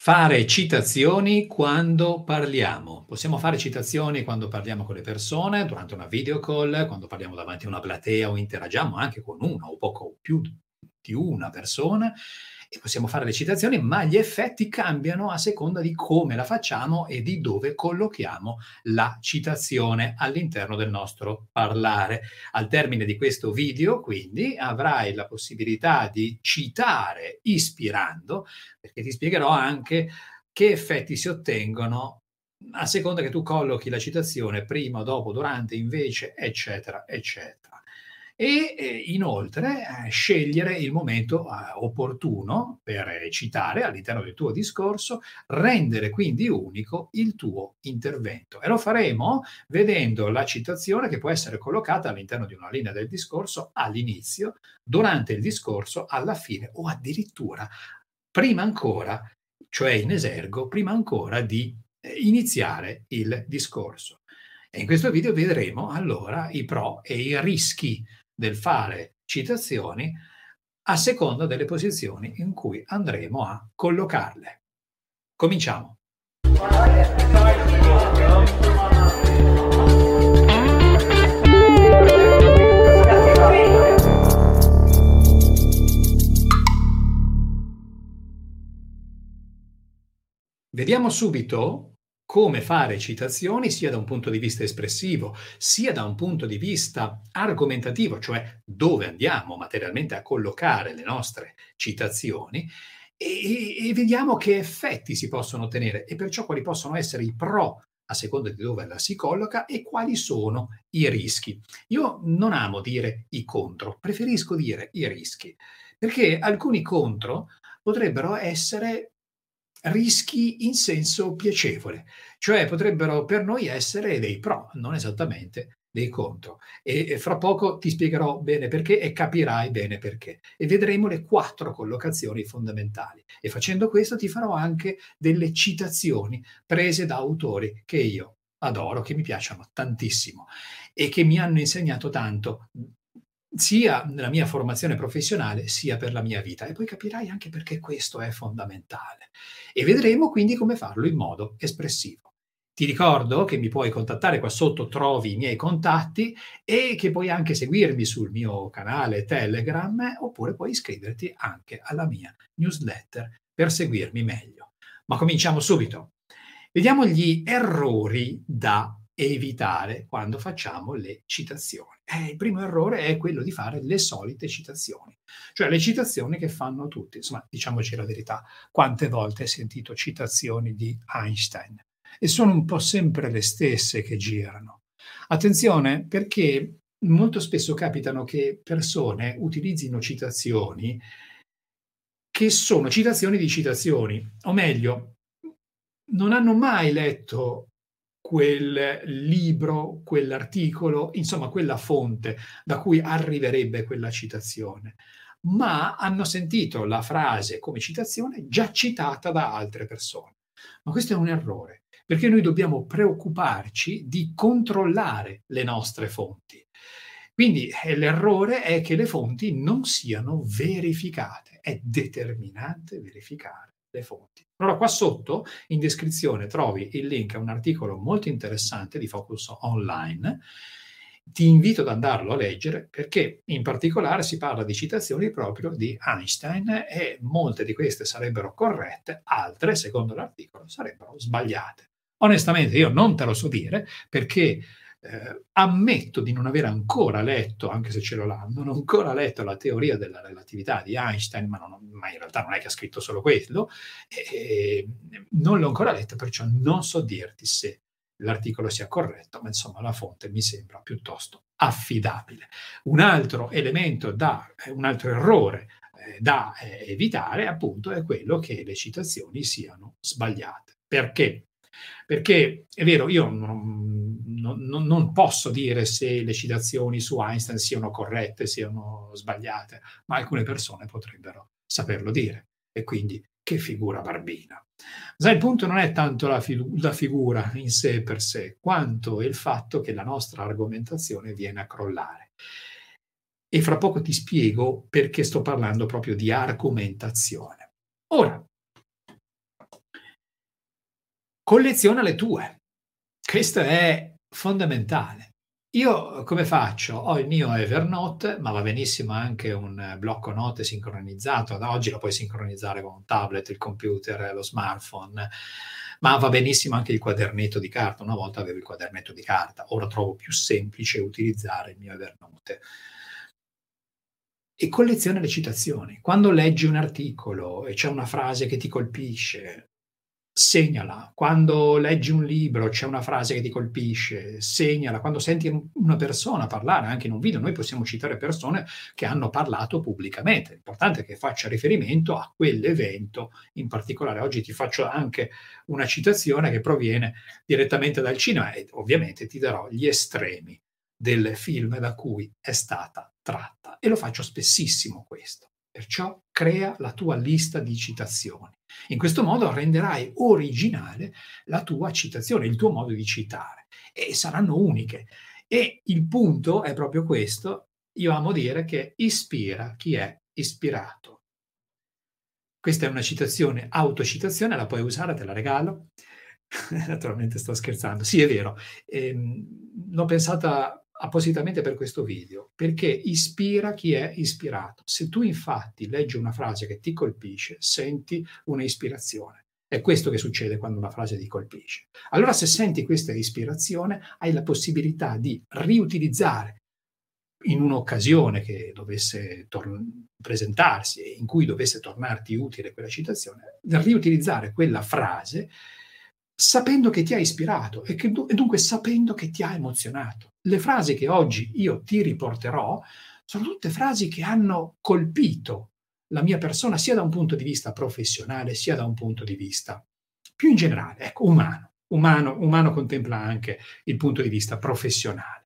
Fare citazioni quando parliamo. Possiamo fare citazioni quando parliamo con le persone, durante una video call, quando parliamo davanti a una platea o interagiamo anche con una o poco più di una persona e possiamo fare le citazioni, ma gli effetti cambiano a seconda di come la facciamo e di dove collochiamo la citazione all'interno del nostro parlare. Al termine di questo video, quindi, avrai la possibilità di citare ispirando, perché ti spiegherò anche che effetti si ottengono a seconda che tu collochi la citazione prima, dopo, durante, invece, eccetera, eccetera. Inoltre, scegliere il momento, opportuno per citare all'interno del tuo discorso, rendere quindi unico il tuo intervento. E lo faremo vedendo la citazione che può essere collocata all'interno di una linea del discorso all'inizio, durante il discorso, alla fine o addirittura prima ancora, cioè in esergo, prima ancora di, iniziare il discorso. E in questo video vedremo allora i pro e i rischi del fare citazioni a seconda delle posizioni in cui andremo a collocarle. Cominciamo. Vediamo subito come fare citazioni sia da un punto di vista espressivo, sia da un punto di vista argomentativo, cioè dove andiamo materialmente a collocare le nostre citazioni, e vediamo che effetti si possono ottenere e perciò quali possono essere i pro a seconda di dove la si colloca e quali sono i rischi. Io non amo dire i contro, preferisco dire i rischi, perché alcuni contro potrebbero essere rischi in senso piacevole, cioè potrebbero per noi essere dei pro, non esattamente dei contro. E fra poco ti spiegherò bene perché e capirai bene perché. E vedremo le 4 collocazioni fondamentali. E facendo questo ti farò anche delle citazioni prese da autori che io adoro, che mi piacciono tantissimo e che mi hanno insegnato tanto, sia nella mia formazione professionale, sia per la mia vita. E poi capirai anche perché questo è fondamentale. E vedremo quindi come farlo in modo espressivo. Ti ricordo che mi puoi contattare, qua sotto trovi i miei contatti e che puoi anche seguirmi sul mio canale Telegram oppure puoi iscriverti anche alla mia newsletter per seguirmi meglio. Ma cominciamo subito. Vediamo gli errori da evitare quando facciamo le citazioni. Il primo errore è quello di fare le solite citazioni, cioè le citazioni che fanno tutti. Insomma, diciamoci la verità, quante volte hai sentito citazioni di Einstein? E sono un po' sempre le stesse che girano. Attenzione, perché molto spesso capitano che persone utilizzino citazioni che sono citazioni di citazioni, o meglio, non hanno mai letto quel libro, quell'articolo, insomma quella fonte da cui arriverebbe quella citazione, ma hanno sentito la frase come citazione già citata da altre persone. Ma questo è un errore, perché noi dobbiamo preoccuparci di controllare le nostre fonti. Quindi l'errore è che le fonti non siano verificate. È determinante verificare le fonti. Allora qua sotto in descrizione trovi il link a un articolo molto interessante di Focus Online. Ti invito ad andarlo a leggere perché in particolare si parla di citazioni proprio di Einstein e molte di queste sarebbero corrette, altre, secondo l'articolo, sarebbero sbagliate. Onestamente io non te lo so dire perché ammetto di non aver ancora letto, anche se ce l'ho là, non ho ancora letto la teoria della relatività di Einstein, ma in realtà non è che ha scritto solo quello, non l'ho ancora letto, perciò non so dirti se l'articolo sia corretto, ma insomma la fonte mi sembra piuttosto affidabile. Un altro elemento un altro errore da evitare appunto è quello che le citazioni siano sbagliate. Perché? Perché è vero, io non posso dire se le citazioni su Einstein siano corrette, siano sbagliate, ma alcune persone potrebbero saperlo dire e quindi che figura barbina. Sai, il punto non è tanto la figura in sé per sé, quanto il fatto che la nostra argomentazione viene a crollare. E fra poco ti spiego perché sto parlando proprio di argomentazione. Ora, Colleziona le tue. Questo è fondamentale. Io come faccio? Ho il mio Evernote, ma va benissimo anche un blocco note sincronizzato. Da oggi lo puoi sincronizzare con un tablet, il computer, lo smartphone, ma va benissimo anche il quadernetto di carta. Una volta avevo il quadernetto di carta, ora trovo più semplice utilizzare il mio Evernote. E colleziona le citazioni. Quando leggi un articolo e c'è una frase che ti colpisce, segnala. Quando leggi un libro, c'è una frase che ti colpisce, segnala. Quando senti una persona parlare, anche in un video, noi possiamo citare persone che hanno parlato pubblicamente. L'importante è che faccia riferimento a quell'evento in particolare. Oggi ti faccio anche una citazione che proviene direttamente dal cinema e ovviamente ti darò gli estremi del film da cui è stata tratta. E lo faccio spessissimo questo. Perciò crea la tua lista di citazioni. In questo modo renderai originale la tua citazione, il tuo modo di citare e saranno uniche. E il punto è proprio questo, io amo dire che ispira chi è ispirato. Questa è una citazione, autocitazione, la puoi usare, te la regalo. Naturalmente sto scherzando. Sì, è vero, l'ho pensata appositamente per questo video, perché ispira chi è ispirato. Se tu infatti leggi una frase che ti colpisce, senti una ispirazione. È questo che succede quando una frase ti colpisce. Allora se senti questa ispirazione, hai la possibilità di riutilizzare in un'occasione che dovesse presentarsi e in cui dovesse tornarti utile quella citazione, riutilizzare quella frase sapendo che ti ha ispirato e dunque sapendo che ti ha emozionato. Le frasi che oggi io ti riporterò sono tutte frasi che hanno colpito la mia persona sia da un punto di vista professionale sia da un punto di vista più in generale, ecco, umano. Umano contempla anche il punto di vista professionale.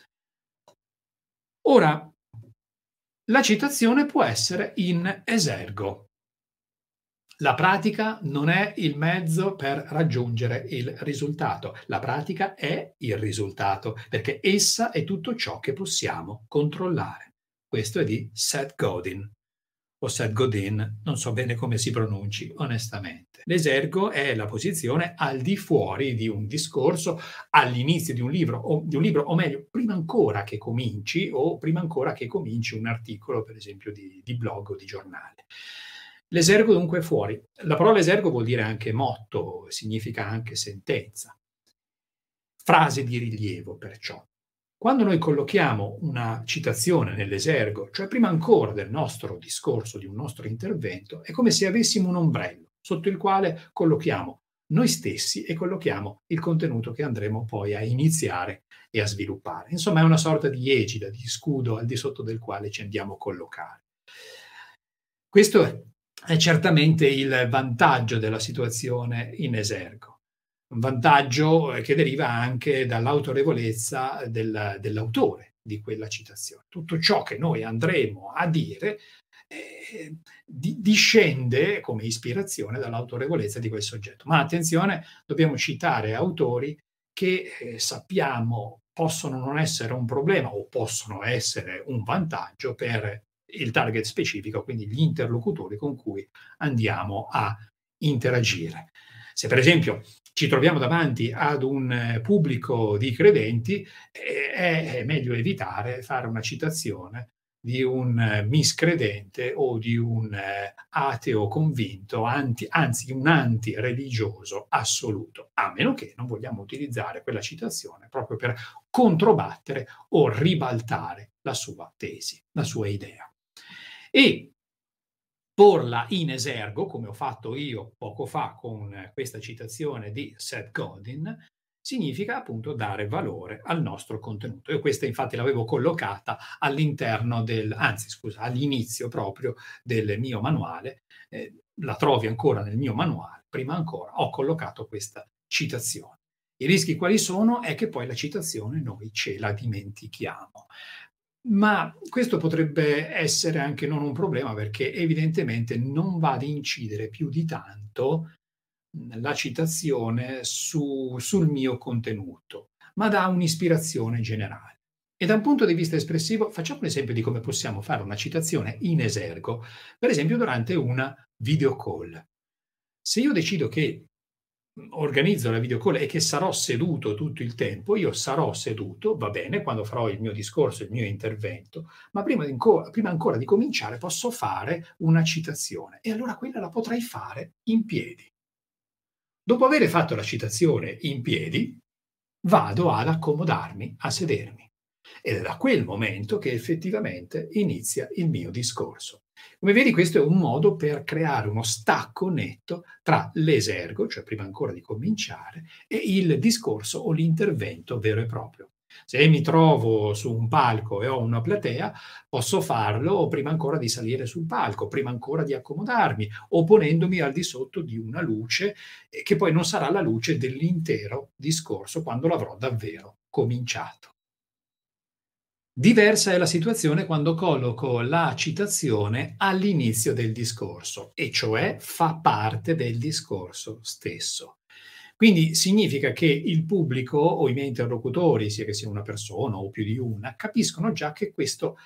Ora, la citazione può essere in esergo. La pratica non è il mezzo per raggiungere il risultato, la pratica è il risultato, perché essa è tutto ciò che possiamo controllare. Questo è di Seth Godin, o Seth Godin, non so bene come si pronunci, onestamente. L'esergo è la posizione al di fuori di un discorso, all'inizio di un libro, o meglio, prima ancora che cominci, o prima ancora che cominci un articolo, per esempio, di blog o di giornale. L'esergo dunque è fuori. La parola esergo vuol dire anche motto, significa anche sentenza. Frase di rilievo, perciò. Quando noi collochiamo una citazione nell'esergo, cioè prima ancora del nostro discorso, di un nostro intervento, è come se avessimo un ombrello sotto il quale collochiamo noi stessi e collochiamo il contenuto che andremo poi a iniziare e a sviluppare. Insomma, è una sorta di egida, di scudo al di sotto del quale ci andiamo a collocare. Questo è certamente il vantaggio della situazione in esergo. Un vantaggio che deriva anche dall'autorevolezza dell'autore di quella citazione. Tutto ciò che noi andremo a dire discende come ispirazione dall'autorevolezza di quel soggetto. Ma attenzione, dobbiamo citare autori che sappiamo possono non essere un problema o possono essere un vantaggio per il target specifico, quindi gli interlocutori con cui andiamo a interagire. Se per esempio ci troviamo davanti ad un pubblico di credenti, è meglio evitare fare una citazione di un miscredente o di un ateo convinto, anzi un antireligioso assoluto, a meno che non vogliamo utilizzare quella citazione proprio per controbattere o ribaltare la sua tesi, la sua idea. E porla in esergo, come ho fatto io poco fa con questa citazione di Seth Godin, significa appunto dare valore al nostro contenuto. Io questa infatti l'avevo collocata all'interno all'inizio proprio del mio manuale, la trovi ancora nel mio manuale, prima ancora ho collocato questa citazione. I rischi quali sono? È che poi la citazione noi ce la dimentichiamo. Ma questo potrebbe essere anche non un problema, perché evidentemente non va ad incidere più di tanto la citazione sul mio contenuto, ma dà un'ispirazione generale. E da un punto di vista espressivo, facciamo un esempio di come possiamo fare una citazione in esergo, per esempio durante una video call. Se io decido che organizzo la video call e che sarò seduto tutto il tempo, io sarò seduto, va bene, quando farò il mio discorso, il mio intervento, ma prima ancora di cominciare posso fare una citazione e allora quella la potrai fare in piedi. Dopo avere fatto la citazione in piedi, vado ad accomodarmi, a sedermi. Ed è da quel momento che effettivamente inizia il mio discorso. Come vedi, questo è un modo per creare uno stacco netto tra l'esergo, cioè prima ancora di cominciare, e il discorso o l'intervento vero e proprio. Se mi trovo su un palco e ho una platea, posso farlo prima ancora di salire sul palco, prima ancora di accomodarmi, o ponendomi al di sotto di una luce, che poi non sarà la luce dell'intero discorso quando l'avrò davvero cominciato. Diversa è la situazione quando colloco la citazione all'inizio del discorso, e cioè fa parte del discorso stesso. Quindi significa che il pubblico o i miei interlocutori, sia che sia una persona o più di una, capiscono già che questo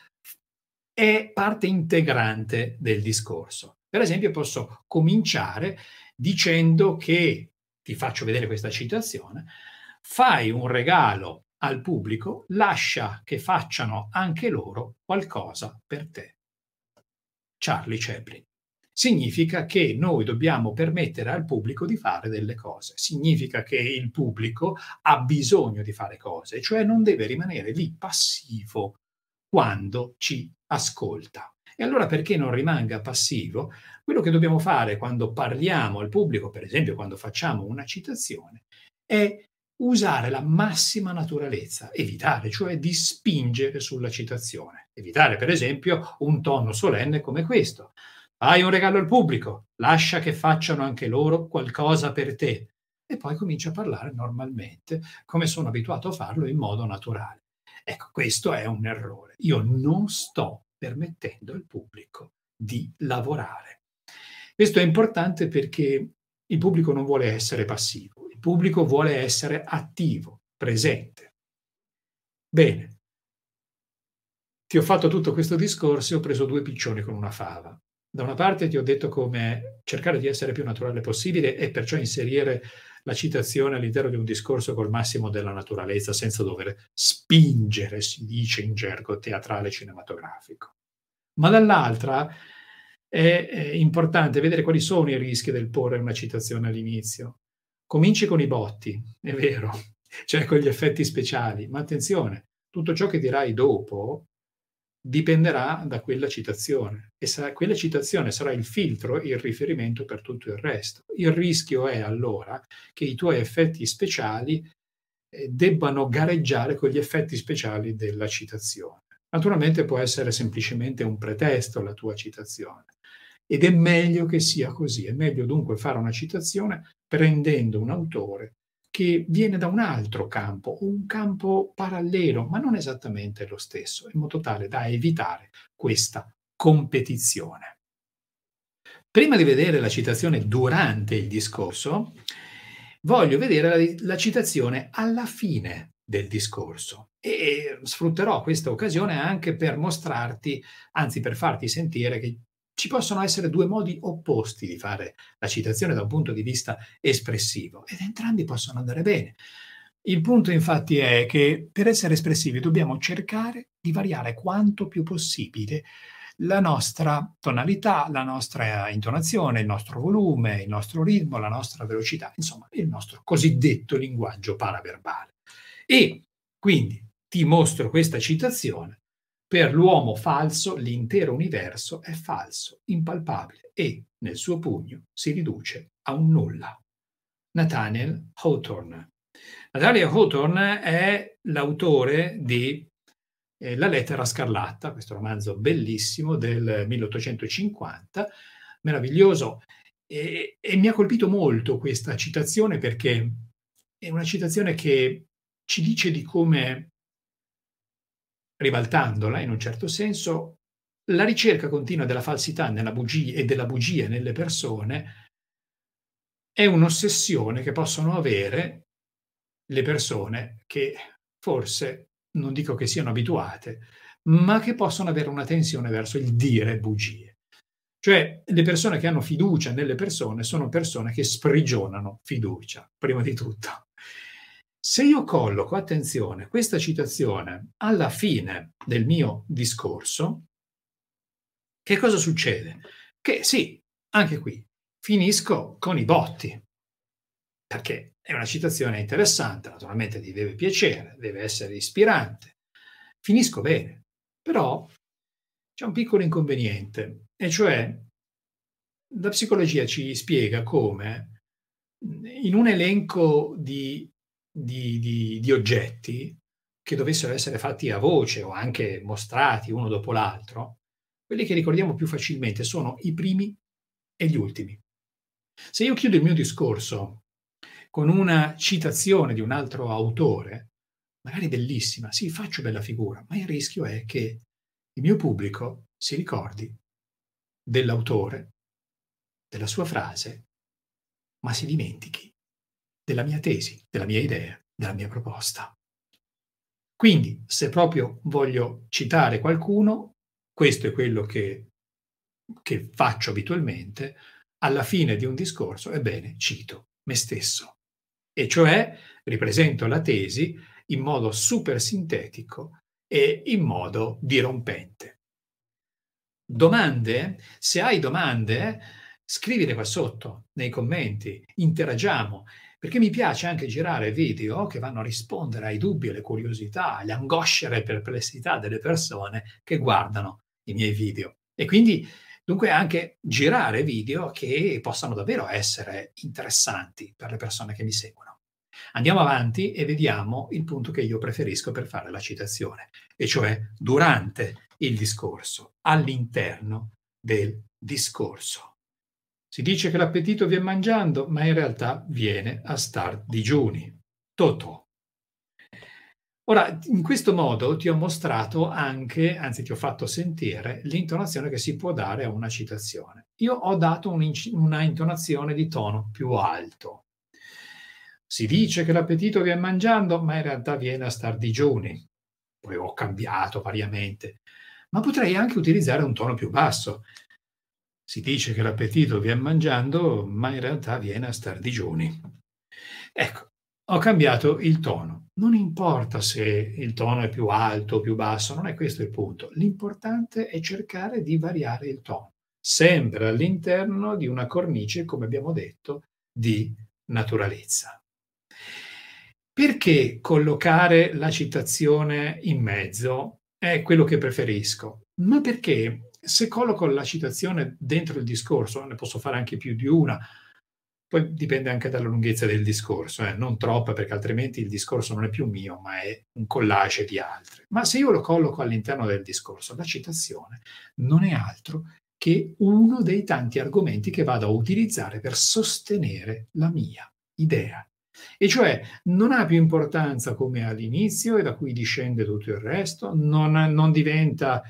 è parte integrante del discorso. Per esempio, posso cominciare dicendo che, ti faccio vedere questa citazione, fai un regalo al pubblico, lascia che facciano anche loro qualcosa per te. Charlie Chaplin. Significa che noi dobbiamo permettere al pubblico di fare delle cose. Significa che il pubblico ha bisogno di fare cose, cioè non deve rimanere lì passivo quando ci ascolta. E allora perché non rimanga passivo? Quello che dobbiamo fare quando parliamo al pubblico, per esempio quando facciamo una citazione, è usare la massima naturalezza, evitare cioè di spingere sulla citazione. Evitare per esempio un tono solenne come questo. Fai un regalo al pubblico, lascia che facciano anche loro qualcosa per te. E poi comincia a parlare normalmente, come sono abituato a farlo in modo naturale. Ecco, questo è un errore. Io non sto permettendo al pubblico di lavorare. Questo è importante perché il pubblico non vuole essere passivo, il pubblico vuole essere attivo, presente. Bene, ti ho fatto tutto questo discorso e ho preso due piccioni con una fava. Da una parte ti ho detto come cercare di essere più naturale possibile e perciò inserire la citazione all'interno di un discorso col massimo della naturalezza, senza dover spingere, si dice in gergo teatrale cinematografico. Ma dall'altra è importante vedere quali sono i rischi del porre una citazione all'inizio. Cominci con i botti, è vero, cioè con gli effetti speciali, ma attenzione, tutto ciò che dirai dopo dipenderà da quella citazione e quella citazione sarà il filtro, il riferimento per tutto il resto. Il rischio è allora che i tuoi effetti speciali debbano gareggiare con gli effetti speciali della citazione. Naturalmente può essere semplicemente un pretesto la tua citazione ed è meglio che sia così. È meglio dunque fare una citazione prendendo un autore che viene da un altro campo, un campo parallelo, ma non esattamente lo stesso, in modo tale da evitare questa competizione. Prima di vedere la citazione durante il discorso, voglio vedere la citazione alla fine del discorso e sfrutterò questa occasione anche per mostrarti, anzi per farti sentire che ci possono essere due modi opposti di fare la citazione da un punto di vista espressivo ed entrambi possono andare bene. Il punto infatti è che per essere espressivi dobbiamo cercare di variare quanto più possibile la nostra tonalità, la nostra intonazione, il nostro volume, il nostro ritmo, la nostra velocità, insomma il nostro cosiddetto linguaggio paraverbale. E quindi ti mostro questa citazione: per l'uomo falso l'intero universo è falso, impalpabile e nel suo pugno si riduce a un nulla. Nathaniel Hawthorne. Nathaniel Hawthorne è l'autore di La lettera scarlatta, questo romanzo bellissimo del 1850, meraviglioso, e mi ha colpito molto questa citazione perché è una citazione che ci dice di come, ribaltandola in un certo senso, la ricerca continua della falsità nella bugia e della bugia nelle persone è un'ossessione che possono avere le persone che forse, non dico che siano abituate, ma che possono avere una tensione verso il dire bugie. Cioè, le persone che hanno fiducia nelle persone sono persone che sprigionano fiducia, prima di tutto. Se io colloco, attenzione, questa citazione alla fine del mio discorso, che cosa succede? Che sì, anche qui finisco con i botti, perché è una citazione interessante, naturalmente ti deve piacere, deve essere ispirante. Finisco bene, però c'è un piccolo inconveniente, e cioè la psicologia ci spiega come in un elenco di oggetti che dovessero essere fatti a voce o anche mostrati uno dopo l'altro, quelli che ricordiamo più facilmente sono i primi e gli ultimi. Se io chiudo il mio discorso con una citazione di un altro autore, magari bellissima, sì, faccio bella figura, ma il rischio è che il mio pubblico si ricordi dell'autore, della sua frase, ma si dimentichi della mia tesi, della mia idea, della mia proposta. Quindi, se proprio voglio citare qualcuno, questo è quello che faccio abitualmente, alla fine di un discorso, ebbene, cito me stesso. E cioè ripresento la tesi in modo super sintetico e in modo dirompente. Domande? Se hai domande, scrivile qua sotto nei commenti, interagiamo, perché mi piace anche girare video che vanno a rispondere ai dubbi, alle curiosità, alle angosce e alle perplessità delle persone che guardano i miei video. E quindi dunque anche girare video che possano davvero essere interessanti per le persone che mi seguono. Andiamo avanti e vediamo il punto che io preferisco per fare la citazione, e cioè durante il discorso, all'interno del discorso. Si dice che l'appetito vien mangiando, ma in realtà viene a star digiuni. Totò. Ora, in questo modo ti ho mostrato anche, anzi ti ho fatto sentire, l'intonazione che si può dare a una citazione. Io ho dato una intonazione di tono più alto. Si dice che l'appetito vien mangiando, ma in realtà viene a star digiuni. Poi ho cambiato variamente, ma potrei anche utilizzare un tono più basso. Si dice che l'appetito vien mangiando, ma in realtà viene a star digiuni. Ecco, ho cambiato il tono. Non importa se il tono è più alto o più basso, non è questo il punto. L'importante è cercare di variare il tono, sempre all'interno di una cornice, come abbiamo detto, di naturalezza. Perché collocare la citazione in mezzo è quello che preferisco? Ma perché se colloco la citazione dentro il discorso, ne posso fare anche più di una, poi dipende anche dalla lunghezza del discorso, non troppa, perché altrimenti il discorso non è più mio, ma è un collage di altri. Ma se io lo colloco all'interno del discorso, la citazione non è altro che uno dei tanti argomenti che vado a utilizzare per sostenere la mia idea. E cioè non ha più importanza come all'inizio e da cui discende tutto il resto, non diventa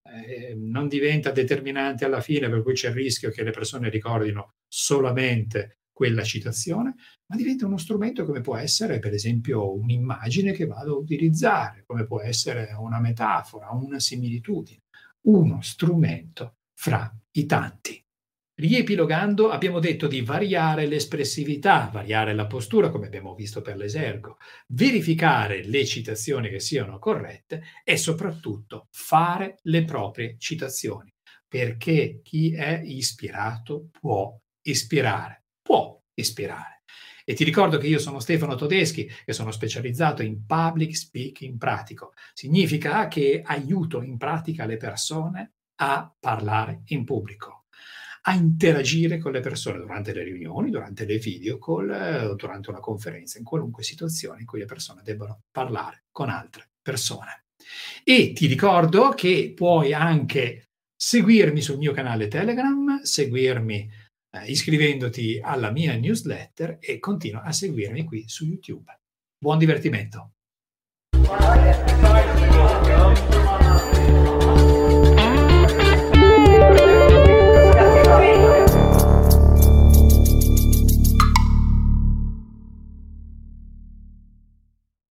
determinante alla fine, per cui c'è il rischio che le persone ricordino solamente quella citazione, ma diventa uno strumento come può essere, per esempio, un'immagine che vado a utilizzare, come può essere una metafora, una similitudine, uno strumento fra i tanti. Riepilogando, abbiamo detto di variare l'espressività, variare la postura, come abbiamo visto per l'esergo, verificare le citazioni che siano corrette e soprattutto fare le proprie citazioni, perché chi è ispirato può ispirare. Può ispirare. E ti ricordo che io sono Stefano Todeschi e sono specializzato in public speaking pratico. Significa che aiuto in pratica le persone a parlare in pubblico, a interagire con le persone durante le riunioni, durante le video call, durante una conferenza, in qualunque situazione in cui le persone debbano parlare con altre persone. E ti ricordo che puoi anche seguirmi sul mio canale Telegram, seguirmi iscrivendoti alla mia newsletter e continua a seguirmi qui su YouTube. Buon divertimento!